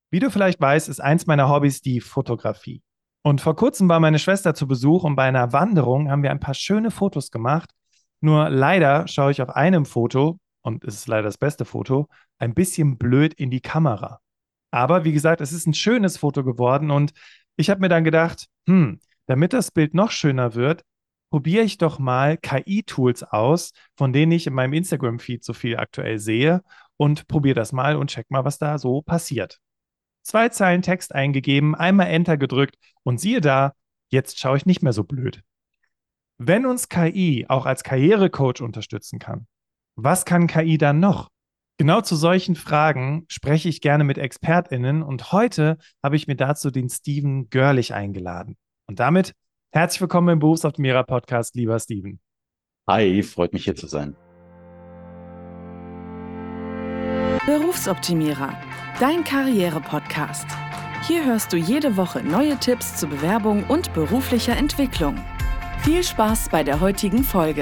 Wie du vielleicht weißt, ist eins meiner Hobbys die Fotografie. Und vor kurzem war meine Schwester zu Besuch und bei einer Wanderung haben wir ein paar schöne Fotos gemacht. Nur leider schaue ich auf einem Foto, und es ist leider das beste Foto, ein bisschen blöd in die Kamera. Aber wie gesagt, es ist ein schönes Foto geworden und ich habe mir dann gedacht, damit das Bild noch schöner wird, probiere ich doch mal KI-Tools aus, von denen ich in meinem Instagram-Feed so viel aktuell sehe und probiere das mal und check mal, was da so passiert. Zwei Zeilen Text eingegeben, einmal Enter gedrückt und siehe da, jetzt schaue ich nicht mehr so blöd. Wenn uns KI auch als Karrierecoach unterstützen kann, was kann KI dann noch? Genau zu solchen Fragen spreche ich gerne mit ExpertInnen und heute habe ich mir dazu den Steven Görlich eingeladen. Und damit herzlich willkommen im Berufsoptimierer Podcast, lieber Steven. Hi, freut mich hier zu sein. Berufsoptimierer, dein Karriere-Podcast. Hier hörst du jede Woche neue Tipps zur Bewerbung und beruflicher Entwicklung. Viel Spaß bei der heutigen Folge.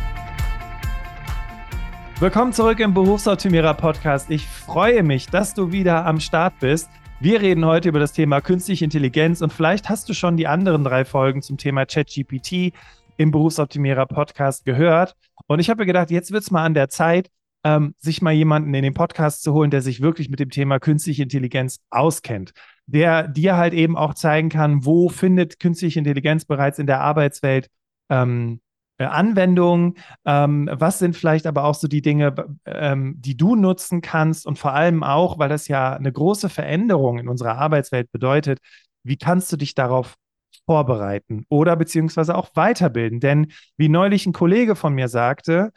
Willkommen zurück im Berufsoptimierer Podcast. Ich freue mich, dass du wieder am Start bist. Wir reden heute über das Thema künstliche Intelligenz und vielleicht hast du schon die anderen 3 Folgen zum Thema ChatGPT im Berufsoptimierer Podcast gehört. Und ich habe mir gedacht, jetzt wird es mal an der Zeit, sich mal jemanden in den Podcast zu holen, der sich wirklich mit dem Thema künstliche Intelligenz auskennt, der dir halt eben auch zeigen kann, wo findet künstliche Intelligenz bereits in der Arbeitswelt Anwendungen, was sind vielleicht aber auch so die Dinge, die du nutzen kannst und vor allem auch, weil das ja eine große Veränderung in unserer Arbeitswelt bedeutet, wie kannst du dich darauf vorbereiten oder beziehungsweise auch weiterbilden? Denn wie neulich ein Kollege von mir sagte,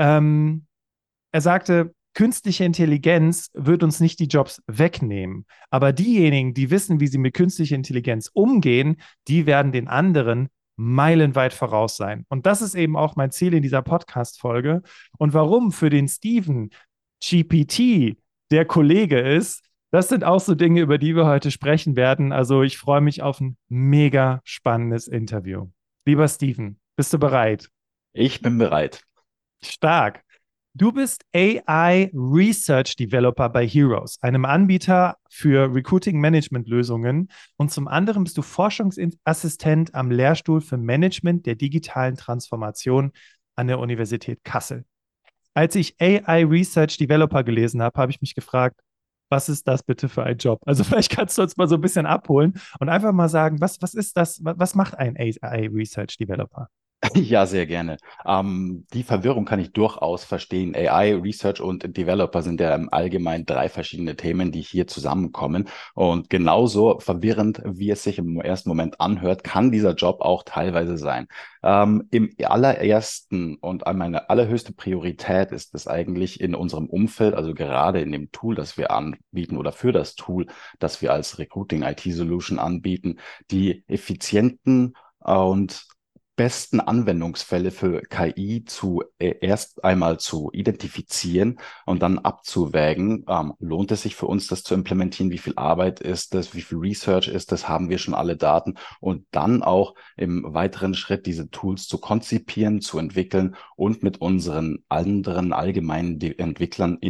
er sagte, künstliche Intelligenz wird uns nicht die Jobs wegnehmen. Aber diejenigen, die wissen, wie sie mit künstlicher Intelligenz umgehen, die werden den anderen meilenweit voraus sein. Und das ist eben auch mein Ziel in dieser Podcast-Folge. Und warum für den Steven GPT der Kollege ist, das sind auch so Dinge, über die wir heute sprechen werden. Also ich freue mich auf ein mega spannendes Interview. Lieber Steven, bist du bereit? Ich bin bereit. Stark. Du bist AI Research Developer bei Heroes, einem Anbieter für Recruiting-Management-Lösungen. Und zum anderen bist du Forschungsassistent am Lehrstuhl für Management der digitalen Transformation an der Universität Kassel. Als ich AI Research Developer gelesen habe, habe ich mich gefragt, was ist das bitte für ein Job? Also vielleicht kannst du uns mal so ein bisschen abholen und einfach mal sagen, was ist das, was macht ein AI Research Developer? Ja, sehr gerne. Die Verwirrung kann ich durchaus verstehen. AI, Research und Developer sind ja im Allgemeinen 3 verschiedene Themen, die hier zusammenkommen. Und genauso verwirrend, wie es sich im ersten Moment anhört, kann dieser Job auch teilweise sein. Im allerersten und meine allerhöchste Priorität ist es eigentlich in unserem Umfeld, also gerade in dem Tool, das wir anbieten oder für das Tool, das wir als Recruiting IT Solution anbieten, die effizienten und besten Anwendungsfälle für KI erst einmal zu identifizieren und dann abzuwägen, lohnt es sich für uns, das zu implementieren, wie viel Arbeit ist das, wie viel Research ist das, haben wir schon alle Daten und dann auch im weiteren Schritt diese Tools zu konzipieren, zu entwickeln und mit unseren anderen allgemeinen Entwicklern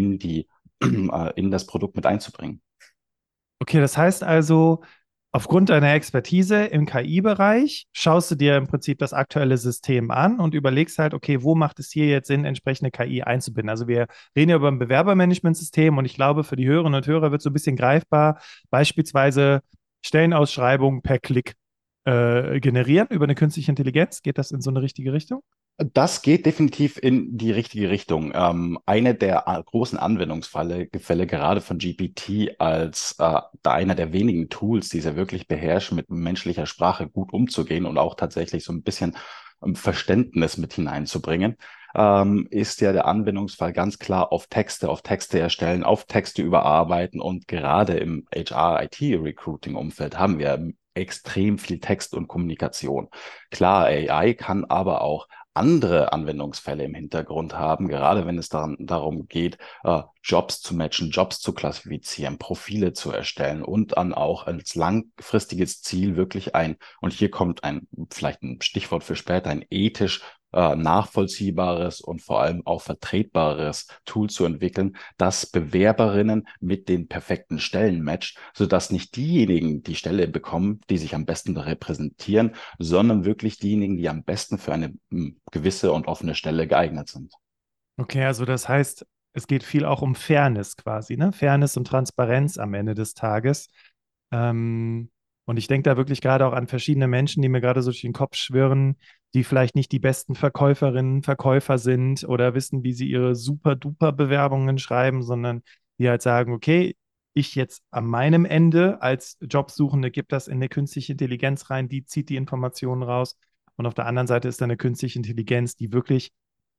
in das Produkt mit einzubringen. Okay, das heißt also, aufgrund deiner Expertise im KI-Bereich schaust du dir im Prinzip das aktuelle System an und überlegst halt, okay, wo macht es hier jetzt Sinn, entsprechende KI einzubinden? Also wir reden ja über ein Bewerbermanagementsystem und ich glaube, für die Hörerinnen und Hörer wird so ein bisschen greifbar, beispielsweise Stellenausschreibungen per Klick generieren über eine künstliche Intelligenz. Geht das in so eine richtige Richtung? Das geht definitiv in die richtige Richtung. Eine der großen Anwendungsfälle gerade von GPT als da einer der wenigen Tools, die sie wirklich beherrschen, mit menschlicher Sprache gut umzugehen und auch tatsächlich so ein bisschen Verständnis mit hineinzubringen, ist ja der Anwendungsfall ganz klar auf Texte erstellen, auf Texte überarbeiten und gerade im HR-IT-Recruiting-Umfeld haben wir extrem viel Text und Kommunikation. Klar, AI kann aber auch andere Anwendungsfälle im Hintergrund haben, gerade wenn es darum geht, Jobs zu matchen, Jobs zu klassifizieren, Profile zu erstellen und dann auch als langfristiges Ziel wirklich und hier kommt vielleicht ein Stichwort für später, ein ethisch nachvollziehbares und vor allem auch vertretbares Tool zu entwickeln, das Bewerberinnen mit den perfekten Stellen matcht, sodass nicht diejenigen die Stelle bekommen, die sich am besten repräsentieren, sondern wirklich diejenigen, die am besten für eine gewisse und offene Stelle geeignet sind. Okay, also das heißt, es geht viel auch um Fairness quasi, ne? Fairness und Transparenz am Ende des Tages. Ähm, und ich denke da wirklich gerade auch an verschiedene Menschen, die mir gerade so durch den Kopf schwirren, die vielleicht nicht die besten Verkäuferinnen, Verkäufer sind oder wissen, wie sie ihre super-duper Bewerbungen schreiben, sondern die halt sagen, okay, ich jetzt an meinem Ende als Jobsuchende gebe das in eine künstliche Intelligenz rein, die zieht die Informationen raus. Und auf der anderen Seite ist da eine künstliche Intelligenz, die wirklich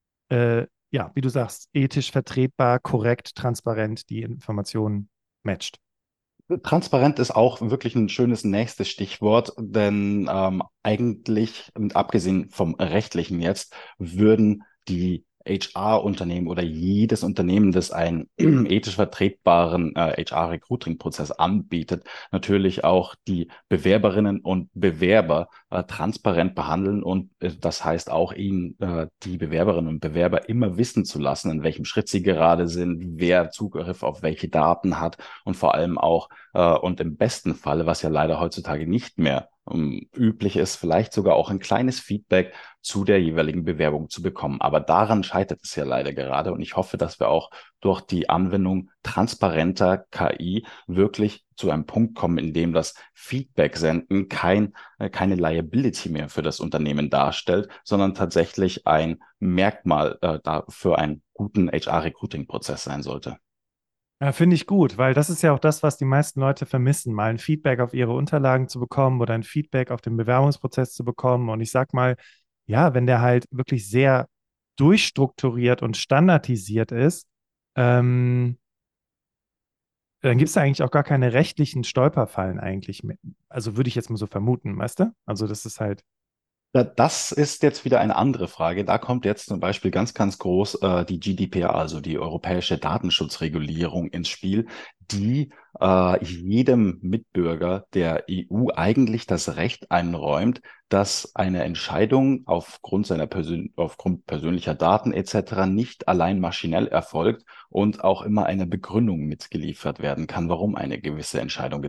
ja, wie du sagst, ethisch vertretbar, korrekt, transparent die Informationen matcht. Transparent ist auch wirklich ein schönes nächstes Stichwort, denn eigentlich, abgesehen vom rechtlichen jetzt, würden die HR-Unternehmen oder jedes Unternehmen, das einen ethisch vertretbaren HR-Recruiting-Prozess anbietet, natürlich auch die Bewerberinnen und Bewerber transparent behandeln und das heißt auch ihnen die Bewerberinnen und Bewerber immer wissen zu lassen, in welchem Schritt sie gerade sind, wer Zugriff auf welche Daten hat und vor allem auch und im besten Falle, was ja leider heutzutage nicht mehr üblich ist, vielleicht sogar auch ein kleines Feedback zu der jeweiligen Bewerbung zu bekommen. Aber daran scheitert es ja leider gerade. Und ich hoffe, dass wir auch durch die Anwendung transparenter KI wirklich zu einem Punkt kommen, in dem das Feedback-Senden keine Liability mehr für das Unternehmen darstellt, sondern tatsächlich ein Merkmal für einen guten HR-Recruiting-Prozess sein sollte. Ja, finde ich gut, weil das ist ja auch das, was die meisten Leute vermissen, mal ein Feedback auf ihre Unterlagen zu bekommen oder ein Feedback auf den Bewerbungsprozess zu bekommen. Und ich sag mal, ja, wenn der halt wirklich sehr durchstrukturiert und standardisiert ist, ähm, dann gibt es da eigentlich auch gar keine rechtlichen Stolperfallen eigentlich mehr. Also würde ich jetzt mal so vermuten, weißt du? Also das ist halt. Das ist jetzt wieder eine andere Frage. Da kommt jetzt zum Beispiel ganz groß die GDPR, also die Europäische Datenschutzregulierung ins Spiel, die jedem Mitbürger der EU eigentlich das Recht einräumt, dass eine Entscheidung aufgrund persönlicher Daten etc. nicht allein maschinell erfolgt und auch immer eine Begründung mitgeliefert werden kann, warum eine gewisse Entscheidung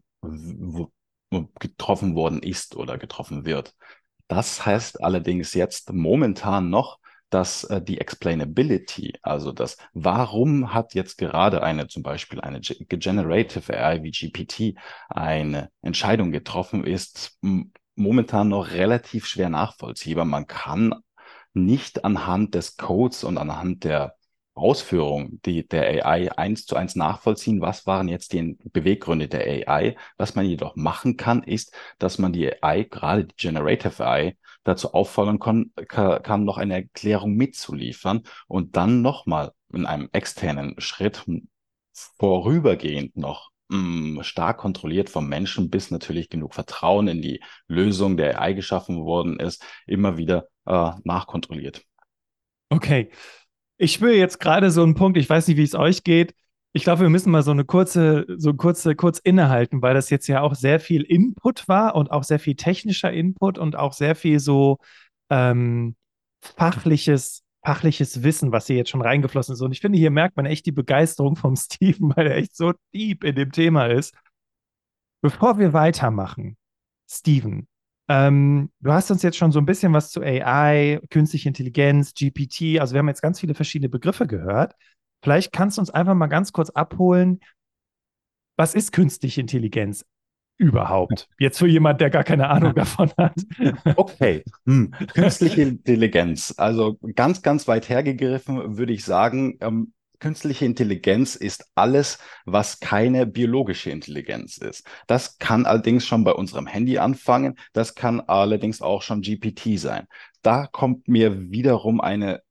getroffen worden ist oder getroffen wird. Das heißt allerdings jetzt momentan noch, dass die Explainability, also das Warum hat jetzt gerade zum Beispiel eine Generative AI wie GPT eine Entscheidung getroffen, ist momentan noch relativ schwer nachvollziehbar. Man kann nicht anhand des Codes und anhand der Ausführung der AI 1:1 nachvollziehen, was waren jetzt die Beweggründe der AI. Was man jedoch machen kann, ist, dass man die AI, gerade die Generative AI, dazu auffordern kann, noch eine Erklärung mitzuliefern und dann nochmal in einem externen Schritt vorübergehend noch stark kontrolliert vom Menschen, bis natürlich genug Vertrauen in die Lösung der AI geschaffen worden ist, immer wieder nachkontrolliert. Okay. Ich spüre jetzt gerade so einen Punkt, ich weiß nicht, wie es euch geht. Ich glaube, wir müssen mal kurz innehalten, weil das jetzt ja auch sehr viel Input war und auch sehr viel technischer Input und auch sehr viel so ähm, fachliches Wissen, was hier jetzt schon reingeflossen ist. Und ich finde, hier merkt man echt die Begeisterung vom Steven, weil er echt so deep in dem Thema ist. Bevor wir weitermachen, Steven, du hast uns jetzt schon so ein bisschen was zu AI, künstliche Intelligenz, GPT, also wir haben jetzt ganz viele verschiedene Begriffe gehört. Vielleicht kannst du uns einfach mal ganz kurz abholen, was ist künstliche Intelligenz überhaupt? Jetzt für jemand, der gar keine Ahnung davon hat. Okay, künstliche Intelligenz. Also ganz weit hergegriffen würde ich sagen, künstliche Intelligenz ist alles, was keine biologische Intelligenz ist. Das kann allerdings schon bei unserem Handy anfangen. Das kann allerdings auch schon GPT sein. Da kommt mir wiederum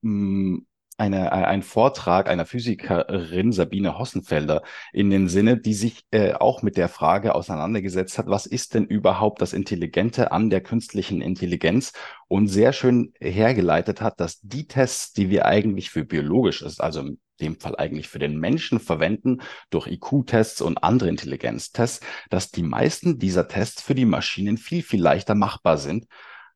ein Vortrag einer Physikerin, Sabine Hossenfelder, in den Sinne, die sich auch mit der Frage auseinandergesetzt hat, was ist denn überhaupt das Intelligente an der künstlichen Intelligenz und sehr schön hergeleitet hat, dass die Tests, die wir eigentlich für biologisches, also in dem Fall eigentlich für den Menschen verwenden, durch IQ-Tests und andere Intelligenztests, dass die meisten dieser Tests für die Maschinen viel leichter machbar sind,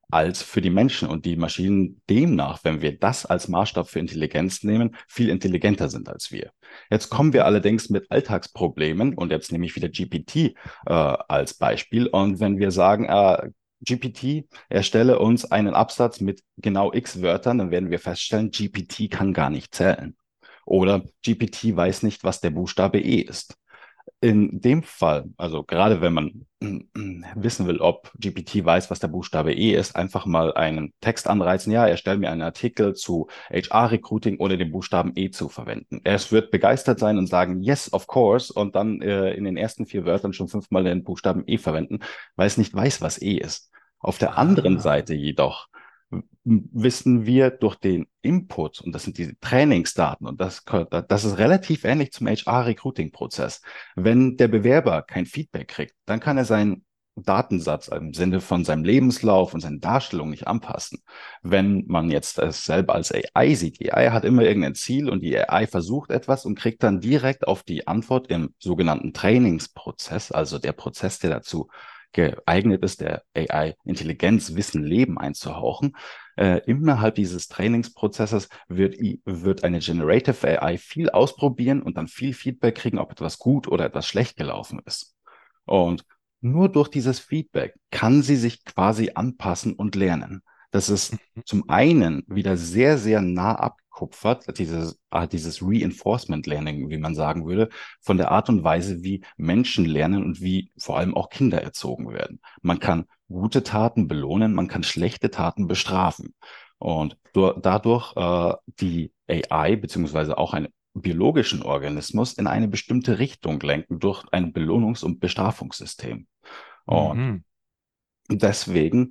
als für die Menschen und die Maschinen demnach, wenn wir das als Maßstab für Intelligenz nehmen, viel intelligenter sind als wir. Jetzt kommen wir allerdings mit Alltagsproblemen und jetzt nehme ich wieder GPT als Beispiel und wenn wir sagen, GPT erstelle uns einen Absatz mit genau x Wörtern, dann werden wir feststellen, GPT kann gar nicht zählen. Oder GPT weiß nicht, was der Buchstabe E ist. In dem Fall, also gerade wenn man wissen will, ob GPT weiß, was der Buchstabe E ist, einfach mal einen Text anreizen, ja, erstell mir einen Artikel zu HR-Recruiting ohne den Buchstaben E zu verwenden. Er wird begeistert sein und sagen, yes, of course, und dann in den ersten 4 Wörtern schon 5-mal den Buchstaben E verwenden, weil es nicht weiß, was E ist. Auf der anderen Ah, Seite jedoch wissen wir durch den Input, und das sind diese Trainingsdaten, und das ist relativ ähnlich zum HR-Recruiting-Prozess. Wenn der Bewerber kein Feedback kriegt, dann kann er seinen Datensatz im Sinne von seinem Lebenslauf und seiner Darstellung nicht anpassen. Wenn man jetzt es selber als AI sieht, die AI hat immer irgendein Ziel und die AI versucht etwas und kriegt dann direkt auf die Antwort im sogenannten Trainingsprozess, also der Prozess, der dazu geeignet ist, der AI Intelligenz, Wissen, Leben einzuhauchen. Innerhalb dieses Trainingsprozesses wird eine Generative AI viel ausprobieren und dann viel Feedback kriegen, ob etwas gut oder etwas schlecht gelaufen ist. Und nur durch dieses Feedback kann sie sich quasi anpassen und lernen. Das ist zum einen wieder sehr, sehr nah abgekupfert, dieses Reinforcement Learning, wie man sagen würde, von der Art und Weise, wie Menschen lernen und wie vor allem auch Kinder erzogen werden. Man kann gute Taten belohnen, man kann schlechte Taten bestrafen. Und dadurch die AI beziehungsweise auch einen biologischen Organismus in eine bestimmte Richtung lenken durch ein Belohnungs- und Bestrafungssystem. Und mhm. deswegen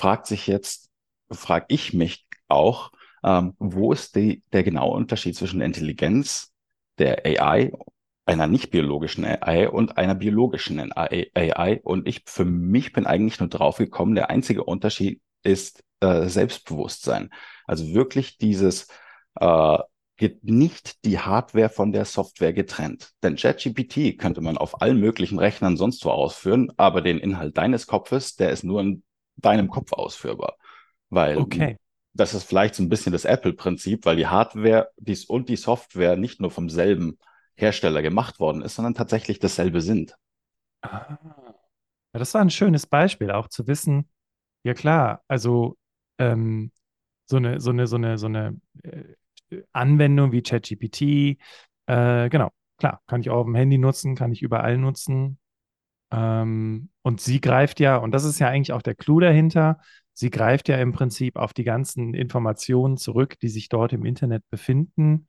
frage ich mich auch, wo ist der genaue Unterschied zwischen der Intelligenz der AI, einer nicht biologischen AI und einer biologischen AI? Und ich für mich bin eigentlich nur drauf gekommen, der einzige Unterschied ist Selbstbewusstsein. Also wirklich äh, geht nicht die Hardware von der Software getrennt. Denn ChatGPT könnte man auf allen möglichen Rechnern sonst wo ausführen, aber den Inhalt deines Kopfes, der ist nur in deinem Kopf ausführbar. Weil Okay. das ist vielleicht so ein bisschen das Apple-Prinzip, weil die Hardware und die Software nicht nur vom selben Hersteller gemacht worden ist, sondern tatsächlich dasselbe sind. Ah. Ja, das war ein schönes Beispiel, auch zu wissen, ja klar, also ähm, so eine Anwendung wie ChatGPT, genau, klar, kann ich auch auf dem Handy nutzen, kann ich überall nutzen. Und sie greift ja, und das ist ja eigentlich auch der Clou dahinter, sie greift ja im Prinzip auf die ganzen Informationen zurück, die sich dort im Internet befinden.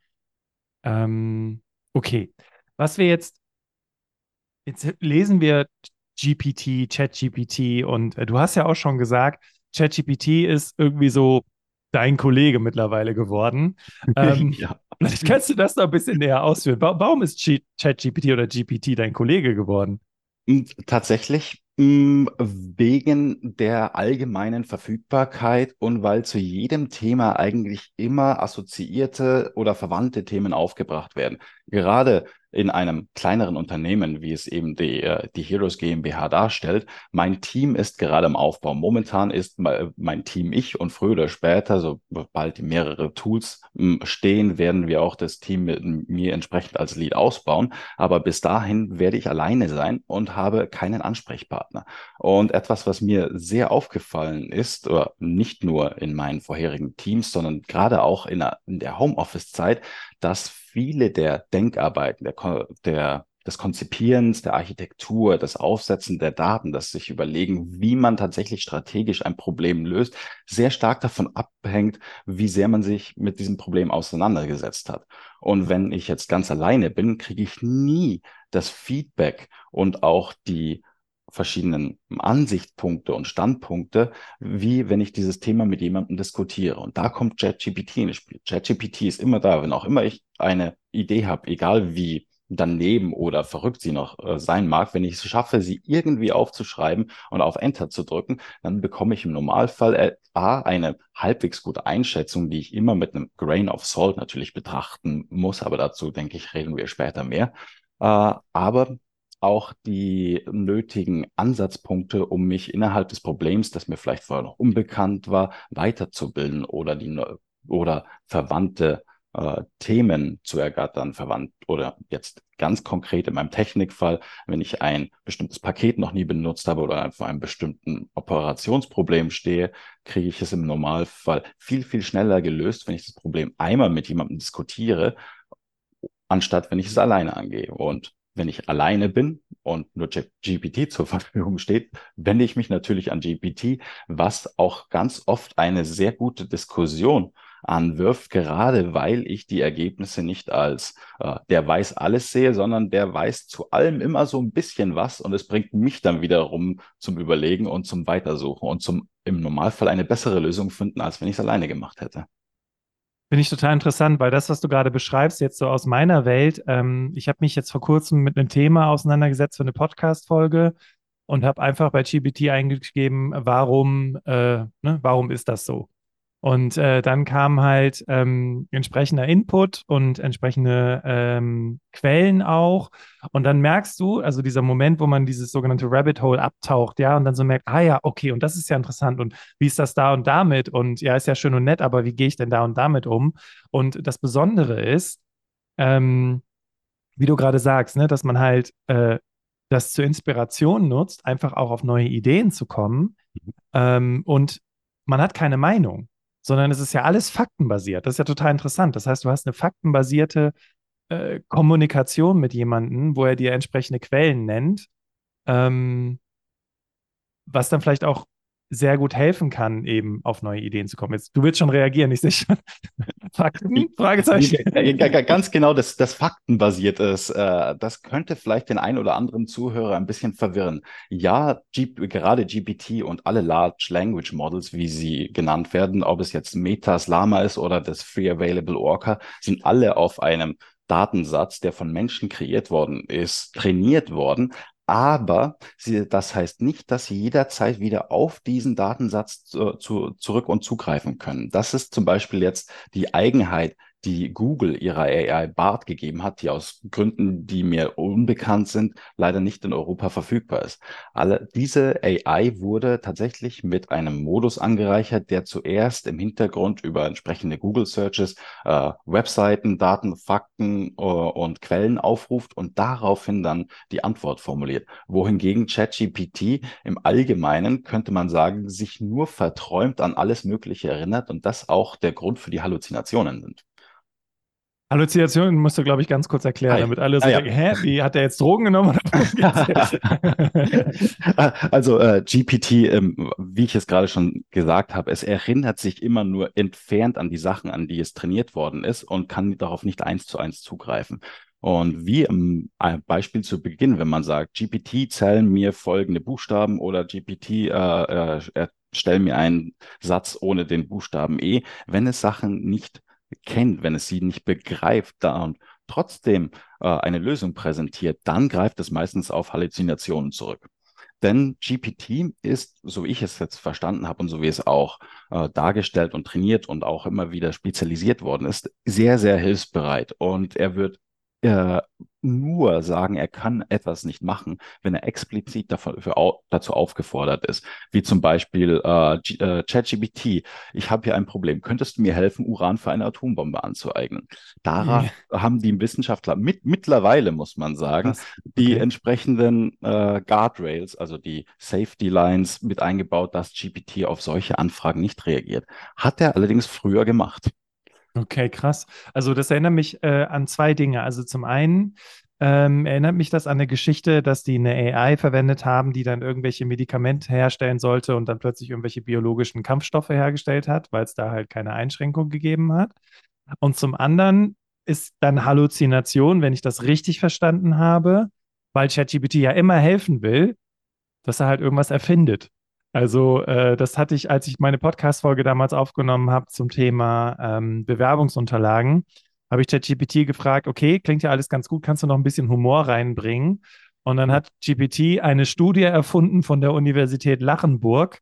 Okay, was wir jetzt lesen wir ChatGPT und du hast ja auch schon gesagt, ChatGPT ist irgendwie so dein Kollege mittlerweile geworden. Ähm, Ja. Vielleicht kannst du das noch ein bisschen näher ausführen. Warum ist ChatGPT oder GPT dein Kollege geworden? Tatsächlich wegen der allgemeinen Verfügbarkeit und weil zu jedem Thema eigentlich immer assoziierte oder verwandte Themen aufgebracht werden. Gerade in einem kleineren Unternehmen, wie es eben die Heroes GmbH darstellt. Mein Team ist gerade im Aufbau. Momentan ist mein Team ich und früher oder später, sobald die mehrere Tools stehen, werden wir auch das Team mit mir entsprechend als Lead ausbauen. Aber bis dahin werde ich alleine sein und habe keinen Ansprechpartner. Und etwas, was mir sehr aufgefallen ist, oder nicht nur in meinen vorherigen Teams, sondern gerade auch in der Homeoffice-Zeit, dass viele der Denkarbeiten, des Konzipierens, der Architektur, das Aufsetzen der Daten, das sich überlegen, wie man tatsächlich strategisch ein Problem löst, sehr stark davon abhängt, wie sehr man sich mit diesem Problem auseinandergesetzt hat. Und wenn ich jetzt ganz alleine bin, kriege ich nie das Feedback und auch die verschiedenen Ansichtspunkte und Standpunkte, wie wenn ich dieses Thema mit jemandem diskutiere. Und da kommt ChatGPT ins Spiel. ChatGPT ist immer da, wenn auch immer ich eine Idee habe, egal wie daneben oder verrückt sie noch sein mag, wenn ich es schaffe, sie irgendwie aufzuschreiben und auf Enter zu drücken, dann bekomme ich im Normalfall eine halbwegs gute Einschätzung, die ich immer mit einem Grain of Salt natürlich betrachten muss, aber dazu denke ich, reden wir später mehr. Aber auch die nötigen Ansatzpunkte, um mich innerhalb des Problems, das mir vielleicht vorher noch unbekannt war, weiterzubilden oder verwandte Themen zu ergattern, verwandt oder jetzt ganz konkret in meinem Technikfall, wenn ich ein bestimmtes Paket noch nie benutzt habe oder vor einem bestimmten Operationsproblem stehe, kriege ich es im Normalfall viel, viel schneller gelöst, wenn ich das Problem einmal mit jemandem diskutiere, anstatt wenn ich es alleine angehe. Und wenn ich alleine bin und nur GPT zur Verfügung steht, wende ich mich natürlich an GPT, was auch ganz oft eine sehr gute Diskussion anwirft, gerade weil ich die Ergebnisse nicht als der weiß alles sehe, sondern der weiß zu allem immer so ein bisschen was und es bringt mich dann wiederum zum Überlegen und zum Weitersuchen und zum im Normalfall eine bessere Lösung finden, als wenn ich es alleine gemacht hätte. Finde ich total interessant, weil das, was du gerade beschreibst, jetzt so aus meiner Welt, ich habe mich jetzt vor kurzem mit einem Thema auseinandergesetzt für eine Podcast-Folge und habe einfach bei GPT eingegeben, warum ist das so? Und dann kam halt entsprechender Input und entsprechende Quellen auch. Und dann merkst du, also dieser Moment, wo man dieses sogenannte Rabbit Hole abtaucht, ja, und dann so merkt, ah ja, okay, und das ist ja interessant und wie ist das da und damit? Und ja, ist ja schön und nett, aber wie gehe ich denn da und damit um? Und das Besondere ist, ähm, wie du gerade sagst, ne, dass man halt das zur Inspiration nutzt, einfach auch auf neue Ideen zu kommen. Und man hat keine Meinung, sondern es ist ja alles faktenbasiert. Das ist ja total interessant. Das heißt, du hast eine faktenbasierte Kommunikation mit jemandem, wo er dir entsprechende Quellen nennt, ähm, was dann vielleicht auch sehr gut helfen kann, eben auf neue Ideen zu kommen. Jetzt, du willst schon reagieren, ich sehe schon. Fakten? Fragezeichen. Ganz genau, das faktenbasiert ist. Das könnte vielleicht den einen oder anderen Zuhörer ein bisschen verwirren. Ja, gerade GPT und alle Large Language Models, wie sie genannt werden, ob es jetzt Metas, Llama ist oder das Free Available Orca, sind alle auf einem Datensatz, der von Menschen kreiert worden ist, trainiert worden. Aber das heißt nicht, dass sie jederzeit wieder auf diesen Datensatz zurück und zugreifen können. Das ist zum Beispiel jetzt die Eigenheit, die Google ihrer AI Bard gegeben hat, die aus Gründen, die mir unbekannt sind, leider nicht in Europa verfügbar ist. Diese AI wurde tatsächlich mit einem Modus angereichert, der zuerst im Hintergrund über entsprechende Google Searches Webseiten, Daten, Fakten und Quellen aufruft und daraufhin dann die Antwort formuliert. Wohingegen ChatGPT im Allgemeinen, könnte man sagen, sich nur verträumt an alles Mögliche erinnert und das auch der Grund für die Halluzinationen sind. Halluzinationen musst du, glaube ich, ganz kurz erklären, damit alle so denken, hä, wie hat er jetzt Drogen genommen? Also GPT, wie ich es gerade schon gesagt habe, es erinnert sich immer nur entfernt an die Sachen, an die es trainiert worden ist und kann darauf nicht 1:1 zugreifen. Und wie im Beispiel zu Beginn, wenn man sagt, GPT, zählen mir folgende Buchstaben oder GPT, stell mir einen Satz ohne den Buchstaben E, wenn es Sachen nicht kennt, wenn es sie nicht begreift und trotzdem eine Lösung präsentiert, dann greift es meistens auf Halluzinationen zurück. Denn GPT ist, so wie ich es jetzt verstanden habe und so wie es auch dargestellt und trainiert und auch immer wieder spezialisiert worden ist, sehr, sehr hilfsbereit. Und er wird nur sagen, er kann etwas nicht machen, wenn er explizit dazu aufgefordert ist. Wie zum Beispiel ChatGPT, ich habe hier ein Problem, könntest du mir helfen, Uran für eine Atombombe anzueignen? Daran haben die Wissenschaftler mittlerweile, muss man sagen, die entsprechenden Guardrails, also die Safety Lines mit eingebaut, dass GPT auf solche Anfragen nicht reagiert. Hat er allerdings früher gemacht. Okay, krass. Also das erinnert mich an zwei Dinge. Also zum einen erinnert mich das an eine Geschichte, dass die eine AI verwendet haben, die dann irgendwelche Medikamente herstellen sollte und dann plötzlich irgendwelche biologischen Kampfstoffe hergestellt hat, weil es da halt keine Einschränkung gegeben hat. Und zum anderen ist dann Halluzination, wenn ich das richtig verstanden habe, weil ChatGPT ja immer helfen will, dass er halt irgendwas erfindet. Also das hatte ich, als ich meine Podcast-Folge damals aufgenommen habe zum Thema Bewerbungsunterlagen, habe ich ChatGPT gefragt, okay, klingt ja alles ganz gut, kannst du noch ein bisschen Humor reinbringen? Und dann hat GPT eine Studie erfunden von der Universität Lachenburg,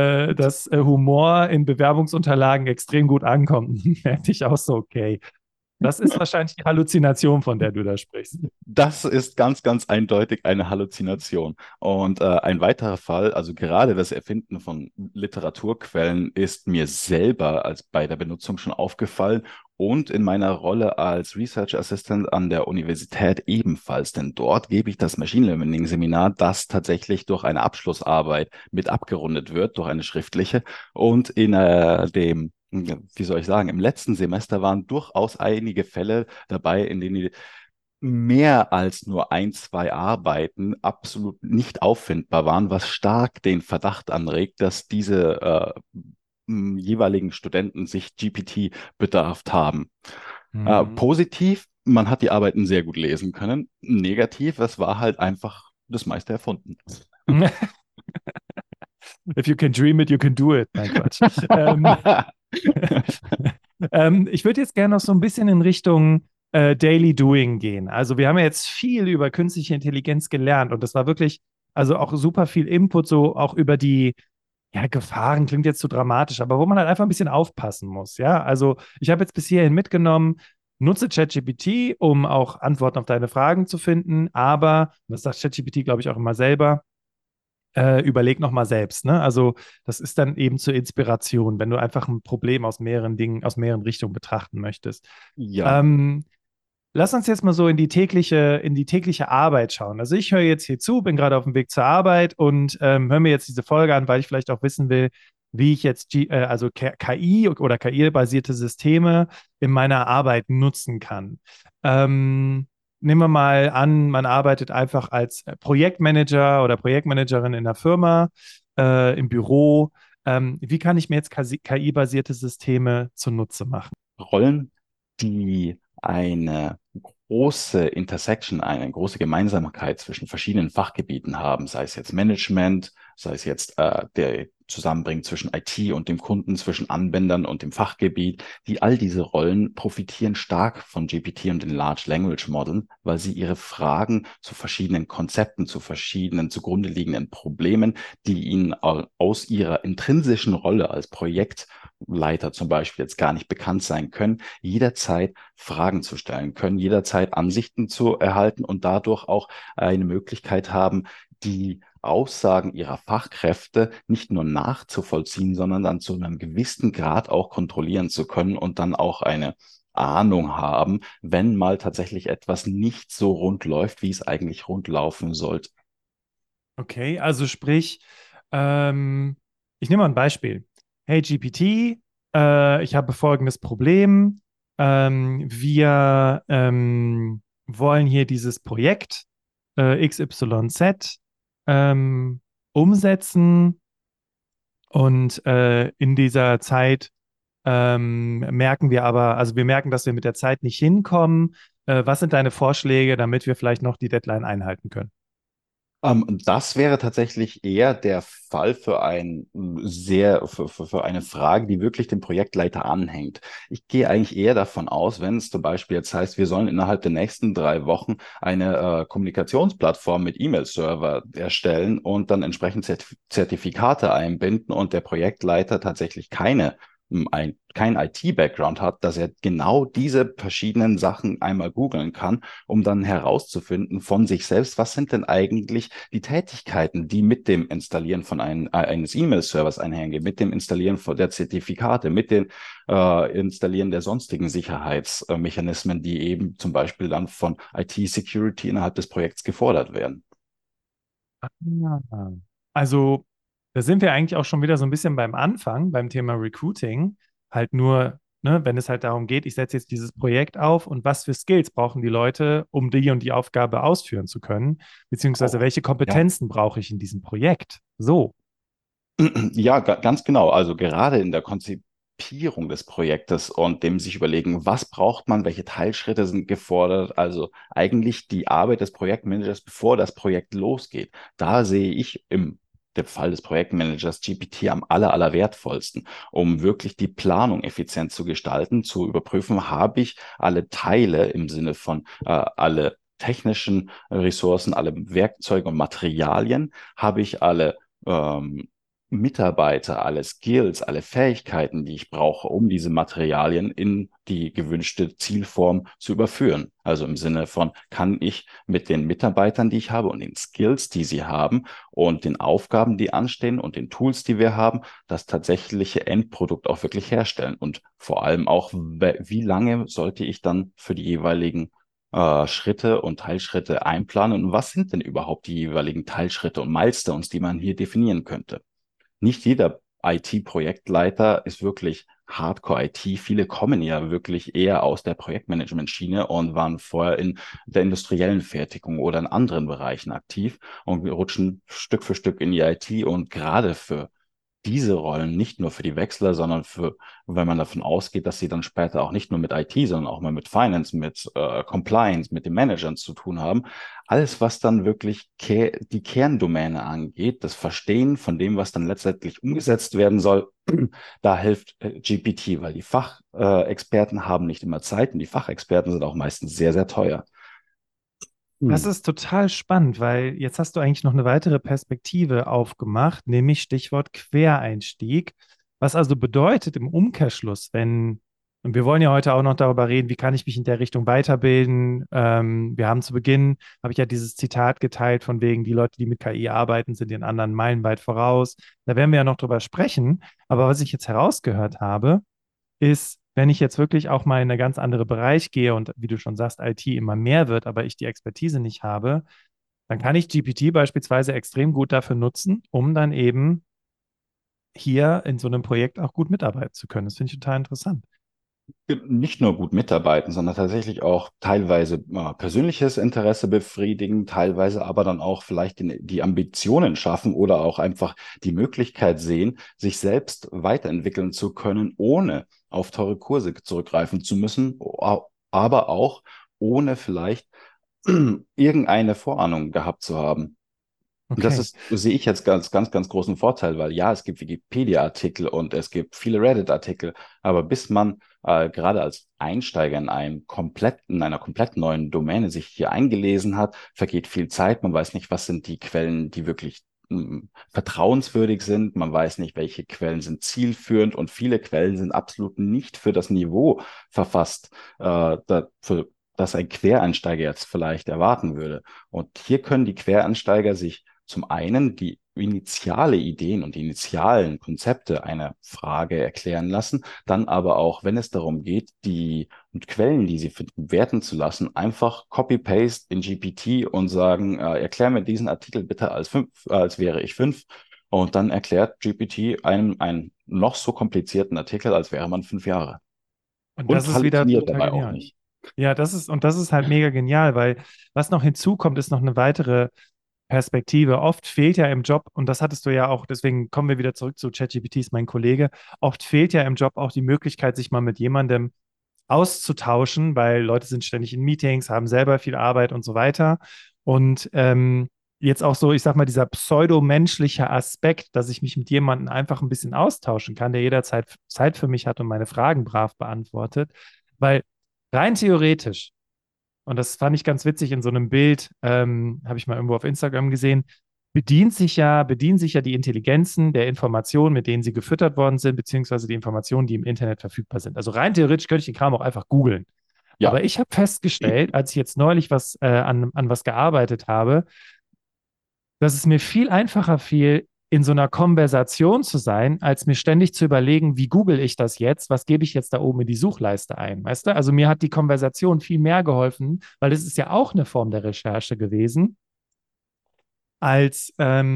dass Humor in Bewerbungsunterlagen extrem gut ankommt. Merkte ich auch so, okay. Das ist wahrscheinlich die Halluzination, von der du da sprichst. Das ist ganz, ganz eindeutig eine Halluzination. Und ein weiterer Fall, also gerade das Erfinden von Literaturquellen, ist mir selber als bei der Benutzung schon aufgefallen und in meiner Rolle als Research Assistant an der Universität ebenfalls. Denn dort gebe ich das Machine Learning Seminar, das tatsächlich durch eine Abschlussarbeit mit abgerundet wird, durch eine schriftliche. Und in dem wie soll ich sagen, im letzten Semester waren durchaus einige Fälle dabei, in denen die mehr als nur ein, zwei Arbeiten absolut nicht auffindbar waren, was stark den Verdacht anregt, dass diese jeweiligen Studenten sich GPT bedarft haben. Mhm. Positiv, man hat die Arbeiten sehr gut lesen können. Negativ, es war halt einfach das meiste erfunden. If you can dream it, you can do it. Nein, Quatsch. Ich würde jetzt gerne noch so ein bisschen in Richtung Daily Doing gehen. Also wir haben ja jetzt viel über künstliche Intelligenz gelernt und das war wirklich, also auch super viel Input, so auch über die, ja, Gefahren klingt jetzt zu dramatisch, aber wo man halt einfach ein bisschen aufpassen muss. Ja, also ich habe jetzt bis hierhin mitgenommen, nutze ChatGPT, um auch Antworten auf deine Fragen zu finden, aber, das sagt ChatGPT, glaube ich, auch immer selber, überleg noch mal selbst. Ne? Also das ist dann eben zur Inspiration, wenn du einfach ein Problem aus mehreren Dingen, aus mehreren Richtungen betrachten möchtest. Ja, Ähm, Lass uns jetzt mal so in die tägliche Arbeit schauen. Also ich höre jetzt hier zu, bin gerade auf dem Weg zur Arbeit und höre mir jetzt diese Folge an, weil ich vielleicht auch wissen will, wie ich jetzt also KI oder KI-basierte Systeme in meiner Arbeit nutzen kann. Nehmen wir mal an, man arbeitet einfach als Projektmanager oder Projektmanagerin in der Firma, im Büro. Wie kann ich mir jetzt KI-basierte Systeme zunutze machen? Rollen, die eine große Intersection, eine große Gemeinsamkeit zwischen verschiedenen Fachgebieten haben, sei es jetzt Management, sei es jetzt der Zusammenbring zwischen IT und dem Kunden, zwischen Anwendern und dem Fachgebiet. All diese Rollen profitieren stark von GPT und den Large Language Models, weil sie ihre Fragen zu verschiedenen Konzepten, zu verschiedenen zugrunde liegenden Problemen, die ihnen aus ihrer intrinsischen Rolle als Projektleiter zum Beispiel jetzt gar nicht bekannt sein können, jederzeit Fragen zu stellen können, jederzeit Ansichten zu erhalten und dadurch auch eine Möglichkeit haben, die Aussagen ihrer Fachkräfte nicht nur nachzuvollziehen, sondern dann zu einem gewissen Grad auch kontrollieren zu können und dann auch eine Ahnung haben, wenn mal tatsächlich etwas nicht so rund läuft, wie es eigentlich rund laufen sollte. Okay, also sprich, ähm, ich nehme mal ein Beispiel. Hey GPT, ich habe folgendes Problem. Wir wollen hier dieses Projekt XYZ umsetzen und in dieser Zeit merken wir aber, also wir merken, dass wir mit der Zeit nicht hinkommen. Was sind deine Vorschläge, damit wir vielleicht noch die Deadline einhalten können? Das wäre tatsächlich eher der Fall für für eine Frage, die wirklich dem Projektleiter anhängt. Ich gehe eigentlich eher davon aus, wenn es zum Beispiel jetzt heißt, wir sollen innerhalb der nächsten 3 Wochen eine Kommunikationsplattform mit E-Mail-Server erstellen und dann entsprechend Zertifikate einbinden und der Projektleiter tatsächlich kein IT-Background hat, dass er genau diese verschiedenen Sachen einmal googeln kann, um dann herauszufinden von sich selbst, was sind denn eigentlich die Tätigkeiten, die mit dem Installieren eines E-Mail-Servers einhergehen, mit dem Installieren der Zertifikate, mit dem Installieren der sonstigen Sicherheitsmechanismen, die eben zum Beispiel dann von IT-Security innerhalb des Projekts gefordert werden. Ja. Also, da sind wir eigentlich auch schon wieder so ein bisschen beim Anfang, beim Thema Recruiting. Halt nur, ne, wenn es halt darum geht, ich setze jetzt dieses Projekt auf und was für Skills brauchen die Leute, um die und die Aufgabe ausführen zu können, beziehungsweise Oh, welche ja. Kompetenzen brauche ich in diesem Projekt? So. Ja, ganz genau. Also gerade in der Konzipierung des Projektes und dem sich überlegen, was braucht man, welche Teilschritte sind gefordert. Also eigentlich die Arbeit des Projektmanagers, bevor das Projekt losgeht. Da sehe ich im dem Fall des Projektmanagers GPT am allerwertvollsten, um wirklich die Planung effizient zu gestalten, zu überprüfen, habe ich alle Teile im Sinne von alle technischen Ressourcen, alle Werkzeuge und Materialien, habe ich alle Mitarbeiter, alle Skills, alle Fähigkeiten, die ich brauche, um diese Materialien in die gewünschte Zielform zu überführen. Also im Sinne von, kann ich mit den Mitarbeitern, die ich habe und den Skills, die sie haben und den Aufgaben, die anstehen und den Tools, die wir haben, das tatsächliche Endprodukt auch wirklich herstellen. Und vor allem auch, wie lange sollte ich dann für die jeweiligen Schritte und Teilschritte einplanen und was sind denn überhaupt die jeweiligen Teilschritte und Milestones, die man hier definieren könnte? Nicht jeder IT-Projektleiter ist wirklich Hardcore-IT. Viele kommen ja wirklich eher aus der Projektmanagement-Schiene und waren vorher in der industriellen Fertigung oder in anderen Bereichen aktiv und wir rutschen Stück für Stück in die IT und gerade für diese Rollen, nicht nur für die Wechsler, sondern für, wenn man davon ausgeht, dass sie dann später auch nicht nur mit IT, sondern auch mal mit Finance, mit Compliance, mit den Managern zu tun haben. Alles, was dann wirklich die Kerndomäne angeht, das Verstehen von dem, was dann letztendlich umgesetzt werden soll, da hilft GPT, weil die Fachexperten haben nicht immer Zeit und die Fachexperten sind auch meistens sehr, sehr teuer. Das ist total spannend, weil jetzt hast du eigentlich noch eine weitere Perspektive aufgemacht, nämlich Stichwort Quereinstieg, was also bedeutet im Umkehrschluss, und wir wollen ja heute auch noch darüber reden, wie kann ich mich in der Richtung weiterbilden. Wir haben zu Beginn, habe ich ja dieses Zitat geteilt von wegen, die Leute, die mit KI arbeiten, sind den anderen meilenweit voraus. Da werden wir ja noch drüber sprechen. Aber was ich jetzt herausgehört habe, ist, wenn ich jetzt wirklich auch mal in einen ganz anderen Bereich gehe und wie du schon sagst, IT immer mehr wird, aber ich die Expertise nicht habe, dann kann ich GPT beispielsweise extrem gut dafür nutzen, um dann eben hier in so einem Projekt auch gut mitarbeiten zu können. Das finde ich total interessant. Nicht nur gut mitarbeiten, sondern tatsächlich auch teilweise persönliches Interesse befriedigen, teilweise aber dann auch vielleicht die Ambitionen schaffen oder auch einfach die Möglichkeit sehen, sich selbst weiterentwickeln zu können, ohne auf teure Kurse zurückgreifen zu müssen, aber auch ohne vielleicht irgendeine Vorahnung gehabt zu haben. Und Okay. sehe ich jetzt ganz großen Vorteil, weil ja, es gibt Wikipedia-Artikel und es gibt viele Reddit-Artikel, aber bis man gerade als Einsteiger in einer komplett neuen Domäne sich hier eingelesen hat, vergeht viel Zeit. Man weiß nicht, was sind die Quellen, die wirklich vertrauenswürdig sind. Man weiß nicht, welche Quellen sind zielführend und viele Quellen sind absolut nicht für das Niveau verfasst, für das ein Quereinsteiger jetzt vielleicht erwarten würde. Und hier können die Quereinsteiger sich zum einen die initiale Ideen und die initialen Konzepte einer Frage erklären lassen, dann aber auch, wenn es darum geht, die Quellen, die sie finden, werten zu lassen, einfach Copy-Paste in GPT und sagen, erklär mir diesen Artikel bitte als wäre ich 5. Und dann erklärt GPT einem einen noch so komplizierten Artikel, als wäre man 5 Jahre. Und Und das ist wieder halluziniert total dabei auch genial. nicht. Ja, das ist halt mega genial, weil was noch hinzukommt, ist noch eine weitere Perspektive. Oft fehlt ja im Job, und das hattest du ja auch, deswegen kommen wir wieder zurück zu ChatGPT, ist mein Kollege, oft fehlt ja im Job auch die Möglichkeit, sich mal mit jemandem auszutauschen, weil Leute sind ständig in Meetings, haben selber viel Arbeit und so weiter. Und jetzt auch so, ich sag mal, dieser pseudomenschliche Aspekt, dass ich mich mit jemandem einfach ein bisschen austauschen kann, der jederzeit Zeit für mich hat und meine Fragen brav beantwortet. Weil rein theoretisch, und das fand ich ganz witzig in so einem Bild, habe ich mal irgendwo auf Instagram gesehen, bedienen sich ja die Intelligenzen der Informationen, mit denen sie gefüttert worden sind, beziehungsweise die Informationen, die im Internet verfügbar sind. Also rein theoretisch könnte ich den Kram auch einfach googeln. Ja, Aber ich habe festgestellt, als ich jetzt neulich an was gearbeitet habe, dass es mir viel einfacher fiel, in so einer Konversation zu sein, als mir ständig zu überlegen, wie google ich das jetzt, was gebe ich jetzt da oben in die Suchleiste ein, weißt du? Also mir hat die Konversation viel mehr geholfen, weil es ist ja auch eine Form der Recherche gewesen, als,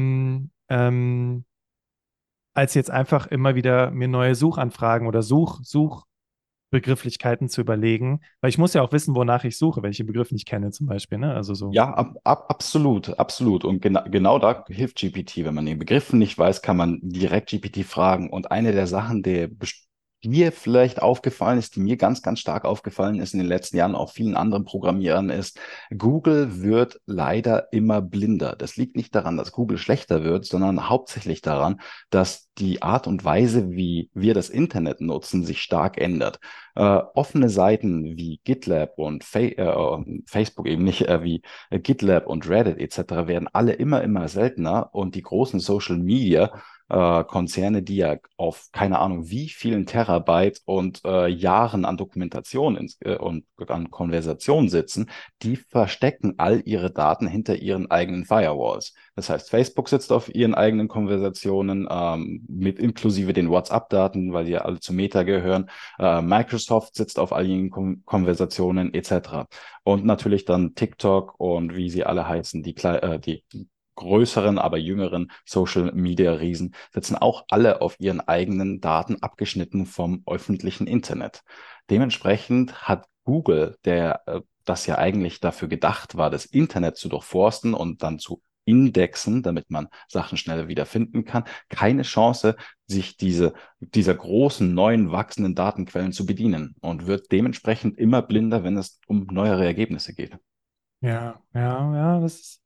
als jetzt einfach immer wieder mir neue Suchanfragen oder Suchbegrifflichkeiten zu überlegen, weil ich muss ja auch wissen, wonach ich suche, wenn ich den Begriff nicht kenne zum Beispiel, ne? Also so. ja, absolut, absolut. Und genau da hilft GPT. Wenn man den Begriff nicht weiß, kann man direkt GPT fragen. Und eine der Sachen, dir vielleicht aufgefallen ist, die mir ganz stark aufgefallen ist in den letzten Jahren, auch vielen anderen Programmierern, ist, Google wird leider immer blinder. Das liegt nicht daran, dass Google schlechter wird, sondern hauptsächlich daran, dass die Art und Weise, wie wir das Internet nutzen, sich stark ändert. Offene Seiten wie GitLab und Facebook eben nicht, wie GitLab und Reddit etc. werden alle immer seltener und die großen Social Media Konzerne, die ja auf keine Ahnung wie vielen Terabyte und Jahren an Dokumentation und an Konversation sitzen, die verstecken all ihre Daten hinter ihren eigenen Firewalls. Das heißt, Facebook sitzt auf ihren eigenen Konversationen, mit inklusive den WhatsApp-Daten, weil die ja alle zu Meta gehören. Microsoft sitzt auf all ihren Konversationen etc. Und natürlich dann TikTok und wie sie alle heißen, die größeren, aber jüngeren Social-Media-Riesen sitzen auch alle auf ihren eigenen Daten abgeschnitten vom öffentlichen Internet. Dementsprechend hat Google, das ja eigentlich dafür gedacht war, das Internet zu durchforsten und dann zu indexen, damit man Sachen schneller wiederfinden kann, keine Chance, sich dieser großen, neuen, wachsenden Datenquellen zu bedienen und wird dementsprechend immer blinder, wenn es um neuere Ergebnisse geht. Ja, ja, ja,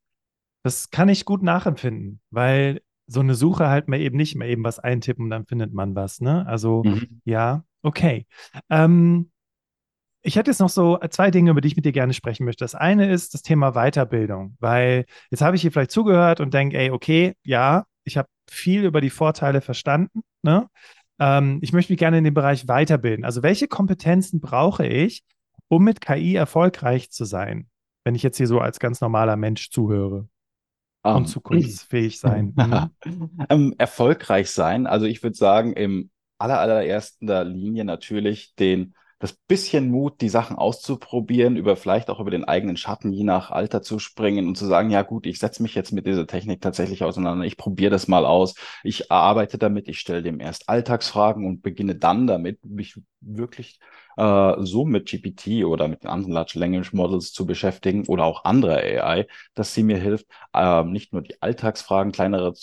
das kann ich gut nachempfinden, weil so eine Suche halt mal eben nicht mehr eben was eintippen und dann findet man was, ne? Also, Mhm. ja, okay. Ähm, Ich hätte jetzt noch so zwei Dinge, über die ich mit dir gerne sprechen möchte. Das eine ist das Thema Weiterbildung, weil jetzt habe ich hier vielleicht zugehört und denke, ey, okay, ja, ich habe viel über die Vorteile verstanden, ne? Ich möchte mich gerne in dem Bereich weiterbilden. Also welche Kompetenzen brauche ich, um mit KI erfolgreich zu sein, wenn ich jetzt hier so als ganz normaler Mensch zuhöre und Ähm, zukunftsfähig sein? Mhm. Erfolgreich sein. Also ich würde sagen, im allererster Linie natürlich das bisschen Mut, die Sachen auszuprobieren, vielleicht auch über den eigenen Schatten, je nach Alter zu springen und zu sagen, ja gut, ich setze mich jetzt mit dieser Technik tatsächlich auseinander, ich probiere das mal aus, ich arbeite damit, ich stelle dem erst Alltagsfragen und beginne dann damit, mich wirklich so mit GPT oder mit den anderen Large Language Models zu beschäftigen oder auch andere AI, dass sie mir hilft, nicht nur die Alltagsfragen kleinere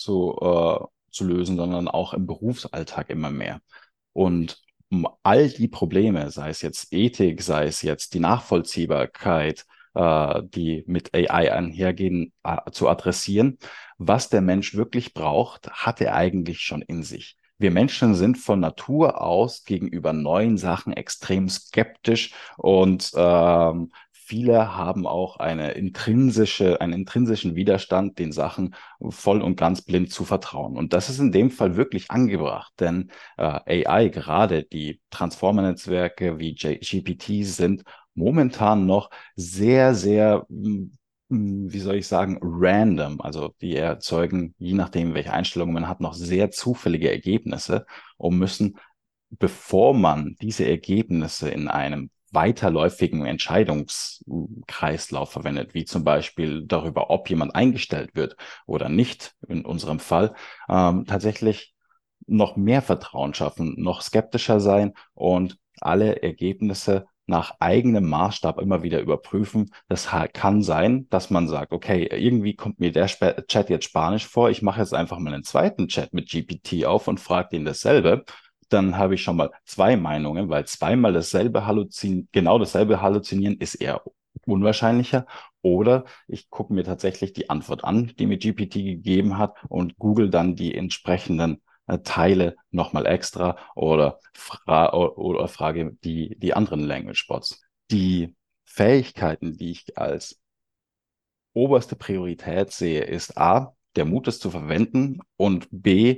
zu lösen, sondern auch im Berufsalltag immer mehr. Und um all die Probleme, sei es jetzt Ethik, sei es jetzt die Nachvollziehbarkeit, die mit AI einhergehen, zu adressieren, was der Mensch wirklich braucht, hat er eigentlich schon in sich. Wir Menschen sind von Natur aus gegenüber neuen Sachen extrem skeptisch und viele haben auch einen intrinsischen Widerstand, den Sachen voll und ganz blind zu vertrauen. Und das ist in dem Fall wirklich angebracht, denn AI, gerade die Transformer-Netzwerke wie GPT, sind momentan noch sehr, sehr, wie soll ich sagen, random. Also die erzeugen, je nachdem, welche Einstellungen man hat, noch sehr zufällige Ergebnisse und müssen, bevor man diese Ergebnisse in einem weiterläufigen Entscheidungskreislauf verwendet, wie zum Beispiel darüber, ob jemand eingestellt wird oder nicht, in unserem Fall, tatsächlich noch mehr Vertrauen schaffen, noch skeptischer sein und alle Ergebnisse nach eigenem Maßstab immer wieder überprüfen. Kann sein, dass man sagt, okay, irgendwie kommt mir der Chat jetzt Spanisch vor, ich mache jetzt einfach mal einen zweiten Chat mit GPT auf und frage den dasselbe. Dann habe ich schon mal zwei Meinungen, weil zweimal genau dasselbe halluzinieren ist eher unwahrscheinlicher. Oder ich gucke mir tatsächlich die Antwort an, die mir GPT gegeben hat und google dann die entsprechenden Teile nochmal extra oder frage die anderen Language Bots. Die Fähigkeiten, die ich als oberste Priorität sehe, ist A, der Mut, es zu verwenden und B,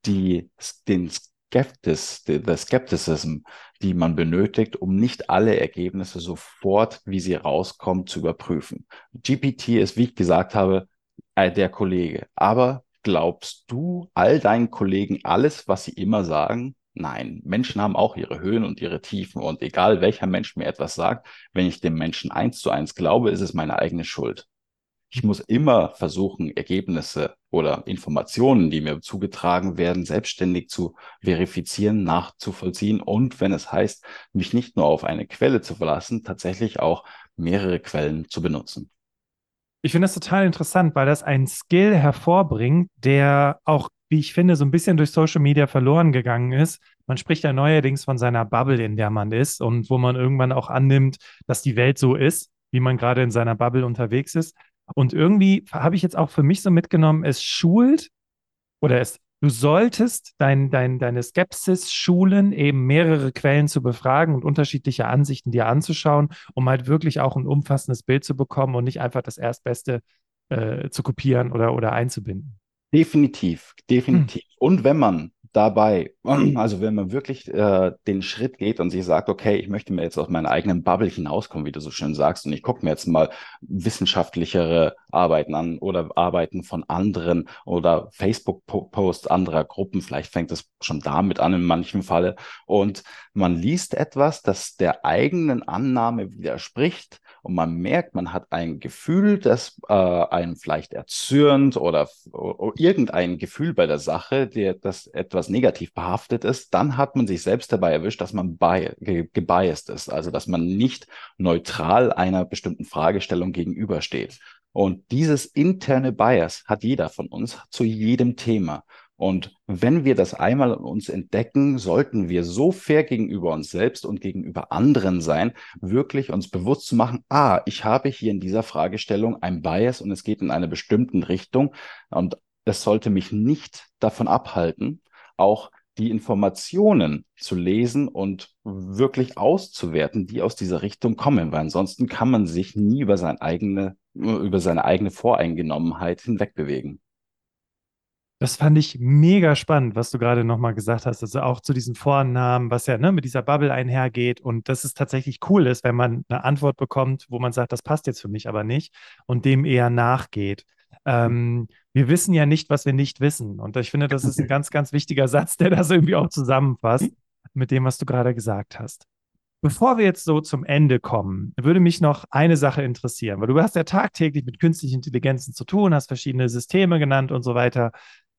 den the Skepticism, die man benötigt, um nicht alle Ergebnisse sofort, wie sie rauskommen, zu überprüfen. GPT ist, wie ich gesagt habe, der Kollege. Aber glaubst du all deinen Kollegen alles, was sie immer sagen? Nein, Menschen haben auch ihre Höhen und ihre Tiefen. Und egal welcher Mensch mir etwas sagt, wenn ich dem Menschen 1:1 glaube, ist es meine eigene Schuld. Ich muss immer versuchen, Ergebnisse oder Informationen, die mir zugetragen werden, selbstständig zu verifizieren, nachzuvollziehen und, wenn es heißt, mich nicht nur auf eine Quelle zu verlassen, tatsächlich auch mehrere Quellen zu benutzen. Ich finde das total interessant, weil das einen Skill hervorbringt, der auch, wie ich finde, so ein bisschen durch Social Media verloren gegangen ist. Man spricht ja neuerdings von seiner Bubble, in der man ist und wo man irgendwann auch annimmt, dass die Welt so ist, wie man gerade in seiner Bubble unterwegs ist. Und irgendwie habe ich jetzt auch für mich so mitgenommen, es schult oder du solltest deine Skepsis schulen, eben mehrere Quellen zu befragen und unterschiedliche Ansichten dir anzuschauen, um halt wirklich auch ein umfassendes Bild zu bekommen und nicht einfach das Erstbeste zu kopieren oder einzubinden. Definitiv, Hm. definitiv. Und wenn man dabei, also wenn man wirklich den Schritt geht und sich sagt, okay, ich möchte mir jetzt aus meiner eigenen Bubble hinauskommen, wie du so schön sagst, und ich gucke mir jetzt mal wissenschaftlichere Arbeiten an oder Arbeiten von anderen oder Facebook-Posts anderer Gruppen, vielleicht fängt es schon damit an in manchen Falle, und man liest etwas, das der eigenen Annahme widerspricht, und man merkt, man hat ein Gefühl, das einen vielleicht erzürnt oder irgendein Gefühl bei der Sache, das etwas negativ behaftet ist, dann hat man sich selbst dabei erwischt, dass man gebiased ist, also dass man nicht neutral einer bestimmten Fragestellung gegenübersteht. Und dieses interne Bias hat jeder von uns zu jedem Thema. Und wenn wir das einmal in uns entdecken, sollten wir so fair gegenüber uns selbst und gegenüber anderen sein, wirklich uns bewusst zu machen, ich habe hier in dieser Fragestellung ein Bias und es geht in eine bestimmte Richtung und es sollte mich nicht davon abhalten, auch die Informationen zu lesen und wirklich auszuwerten, die aus dieser Richtung kommen, weil ansonsten kann man sich nie über seine eigene Voreingenommenheit hinwegbewegen. Das fand ich mega spannend, was du gerade nochmal gesagt hast. Also auch zu diesen Vornamen, was ja mit dieser Bubble einhergeht und dass es tatsächlich cool ist, wenn man eine Antwort bekommt, wo man sagt, das passt jetzt für mich aber nicht und dem eher nachgeht. Wir wissen ja nicht, was wir nicht wissen. Und ich finde, das ist ein ganz, ganz wichtiger Satz, der das irgendwie auch zusammenfasst mit dem, was du gerade gesagt hast. Bevor wir jetzt so zum Ende kommen, würde mich noch eine Sache interessieren, weil du hast ja tagtäglich mit künstlichen Intelligenzen zu tun, hast verschiedene Systeme genannt und so weiter.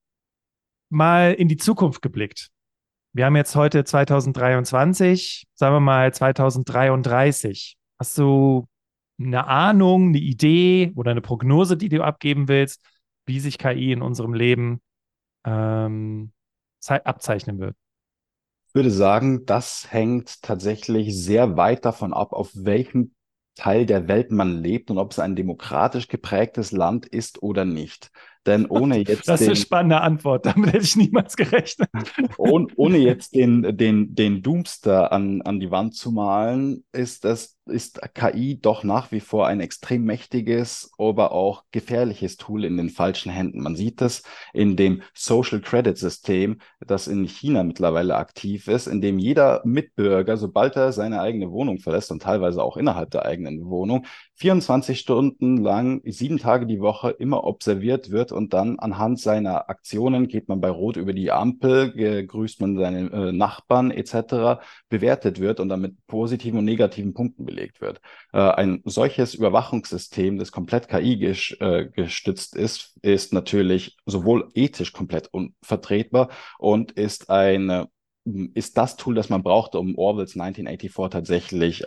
Mal in die Zukunft geblickt. Wir haben jetzt heute 2023, sagen wir mal 2033. Hast du eine Ahnung, eine Idee oder eine Prognose, die du abgeben willst, wie sich KI in unserem Leben ähm, abzeichnen wird? Ich würde sagen, das hängt tatsächlich sehr weit davon ab, auf welchem Teil der Welt man lebt und ob es ein demokratisch geprägtes Land ist oder nicht. Denn Das ist eine spannende Antwort. Damit hätte ich niemals gerechnet. ohne jetzt den Doomster an die Wand zu malen, ist KI doch nach wie vor ein extrem mächtiges, aber auch gefährliches Tool in den falschen Händen. Man sieht es in dem Social Credit System, das in China mittlerweile aktiv ist, in dem jeder Mitbürger, sobald er seine eigene Wohnung verlässt und teilweise auch innerhalb der eigenen Wohnung, 24 Stunden lang, 7 Tage die Woche immer observiert wird und dann anhand seiner Aktionen geht man bei Rot über die Ampel, grüßt man seine Nachbarn etc., bewertet wird und dann mit positiven und negativen Punkten belegt wird. Ein solches Überwachungssystem, das komplett KI gestützt ist natürlich sowohl ethisch komplett unvertretbar und ist das Tool, das man brauchte, um Orwells 1984 tatsächlich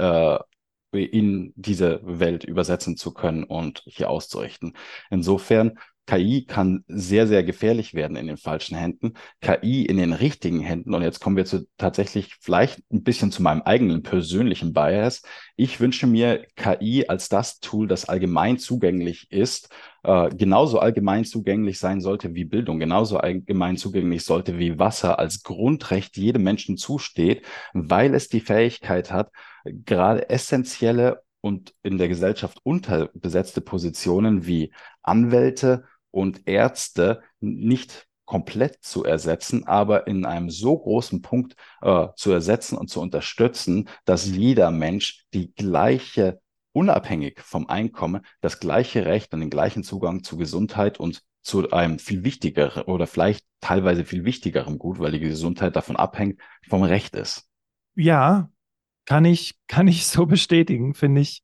in diese Welt übersetzen zu können und hier auszurichten. Insofern, KI kann sehr, sehr gefährlich werden in den falschen Händen, KI in den richtigen Händen. Und jetzt kommen wir tatsächlich vielleicht ein bisschen zu meinem eigenen persönlichen Bias. Ich wünsche mir KI als das Tool, das allgemein zugänglich ist, genauso allgemein zugänglich sein sollte wie Bildung, genauso allgemein zugänglich sollte wie Wasser als Grundrecht jedem Menschen zusteht, weil es die Fähigkeit hat, gerade essentielle und in der Gesellschaft unterbesetzte Positionen wie Anwälte und Ärzte nicht komplett zu ersetzen, aber in einem so großen Punkt zu ersetzen und zu unterstützen, dass jeder Mensch die gleiche, unabhängig vom Einkommen, das gleiche Recht und den gleichen Zugang zu Gesundheit und zu einem viel wichtigeren oder vielleicht teilweise viel wichtigerem Gut, weil die Gesundheit davon abhängt, vom Recht ist. Ja, kann ich so bestätigen, finde ich.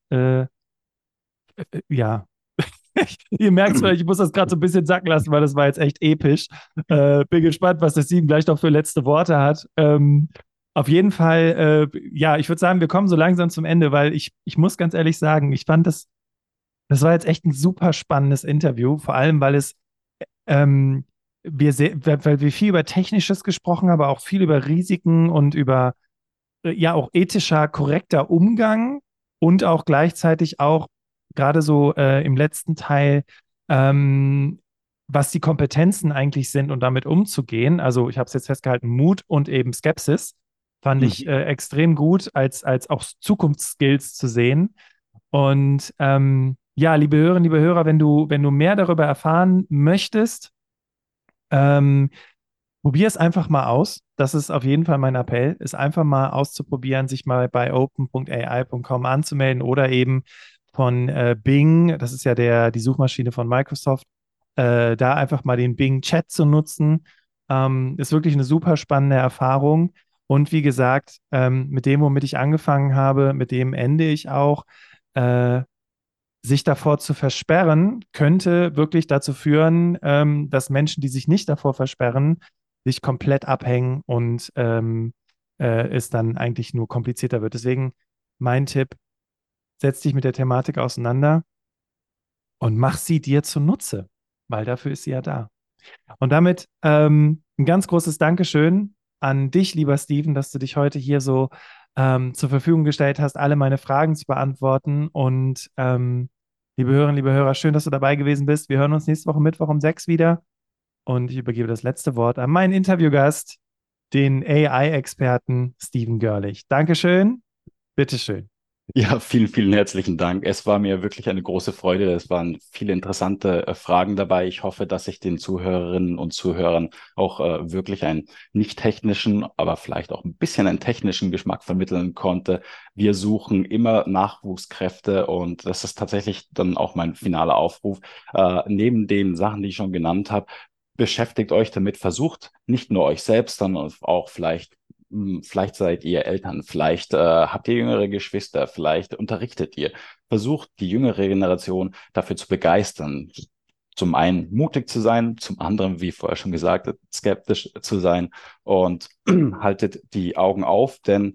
Ja. Ihr merkt es vielleicht, ich muss das gerade so ein bisschen sacken lassen, weil das war jetzt echt episch. Bin gespannt, was das Sieben gleich noch für letzte Worte hat. Auf jeden Fall, ja, ich würde sagen, wir kommen so langsam zum Ende, weil ich muss ganz ehrlich sagen, ich fand das war jetzt echt ein super spannendes Interview, vor allem, weil ähm, weil wir viel über Technisches gesprochen haben, aber auch viel über Risiken und über ja auch ethischer, korrekter Umgang und auch gleichzeitig auch gerade so im letzten Teil, ähm, was die Kompetenzen eigentlich sind und damit umzugehen. Also ich habe es jetzt festgehalten, Mut und eben Skepsis fand ich Mhm. extrem gut als auch Zukunftsskills zu sehen. Und ja, liebe Hörerinnen, liebe Hörer, wenn du mehr darüber erfahren möchtest, Probier es einfach mal aus. Das ist auf jeden Fall mein Appell, ist einfach mal auszuprobieren, sich mal bei open.ai.com anzumelden oder eben von Bing, das ist ja die Suchmaschine von Microsoft, da einfach mal den Bing Chat zu nutzen. Ist wirklich eine super spannende Erfahrung. Und wie gesagt, mit dem, womit ich angefangen habe, mit dem ende ich auch. Äh, Sich davor zu versperren, könnte wirklich dazu führen, dass Menschen, die sich nicht davor versperren, sich komplett abhängen und es dann eigentlich nur komplizierter wird. Deswegen mein Tipp, setz dich mit der Thematik auseinander und mach sie dir zunutze, weil dafür ist sie ja da. Und damit ein ganz großes Dankeschön an dich, lieber Steven, dass du dich heute hier so zur Verfügung gestellt hast, alle meine Fragen zu beantworten. Und liebe Hörerinnen, liebe Hörer, schön, dass du dabei gewesen bist. Wir hören uns nächste Woche Mittwoch um 6 wieder. Und ich übergebe das letzte Wort an meinen Interviewgast, den AI-Experten Steven Görlich. Dankeschön. Bitteschön. Ja, vielen, vielen herzlichen Dank. Es war mir wirklich eine große Freude. Es waren viele interessante Fragen dabei. Ich hoffe, dass ich den Zuhörerinnen und Zuhörern auch wirklich einen nicht technischen, aber vielleicht auch ein bisschen einen technischen Geschmack vermitteln konnte. Wir suchen immer Nachwuchskräfte und das ist tatsächlich dann auch mein finaler Aufruf. Neben den Sachen, die ich schon genannt habe, beschäftigt euch damit, versucht nicht nur euch selbst, sondern auch vielleicht seid ihr Eltern, vielleicht habt ihr jüngere Geschwister, vielleicht unterrichtet ihr. Versucht die jüngere Generation dafür zu begeistern. Zum einen mutig zu sein, zum anderen, wie vorher schon gesagt, skeptisch zu sein und haltet die Augen auf, denn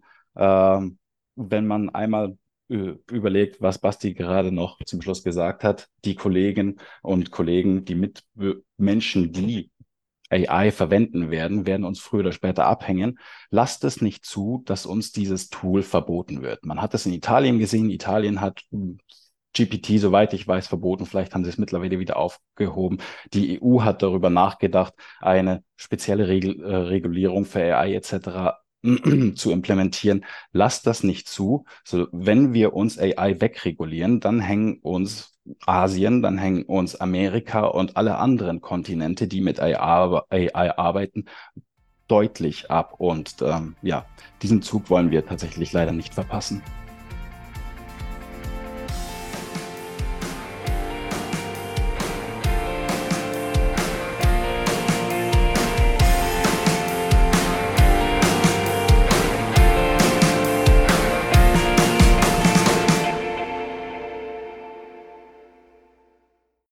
wenn man einmal überlegt, was Basti gerade noch zum Schluss gesagt hat, die Kolleginnen und Kollegen, die Mitmenschen, die AI verwenden werden, werden uns früher oder später abhängen. Lasst es nicht zu, dass uns dieses Tool verboten wird. Man hat es in Italien gesehen. Italien hat GPT, soweit ich weiß, verboten. Vielleicht haben sie es mittlerweile wieder aufgehoben. Die EU hat darüber nachgedacht, eine spezielle Regulierung für AI etc. zu implementieren. Lasst das nicht zu. So, wenn wir uns AI wegregulieren, dann hängen uns Asien, dann hängen uns Amerika und alle anderen Kontinente, die mit AI arbeiten, deutlich ab. Und ja, diesen Zug wollen wir tatsächlich leider nicht verpassen.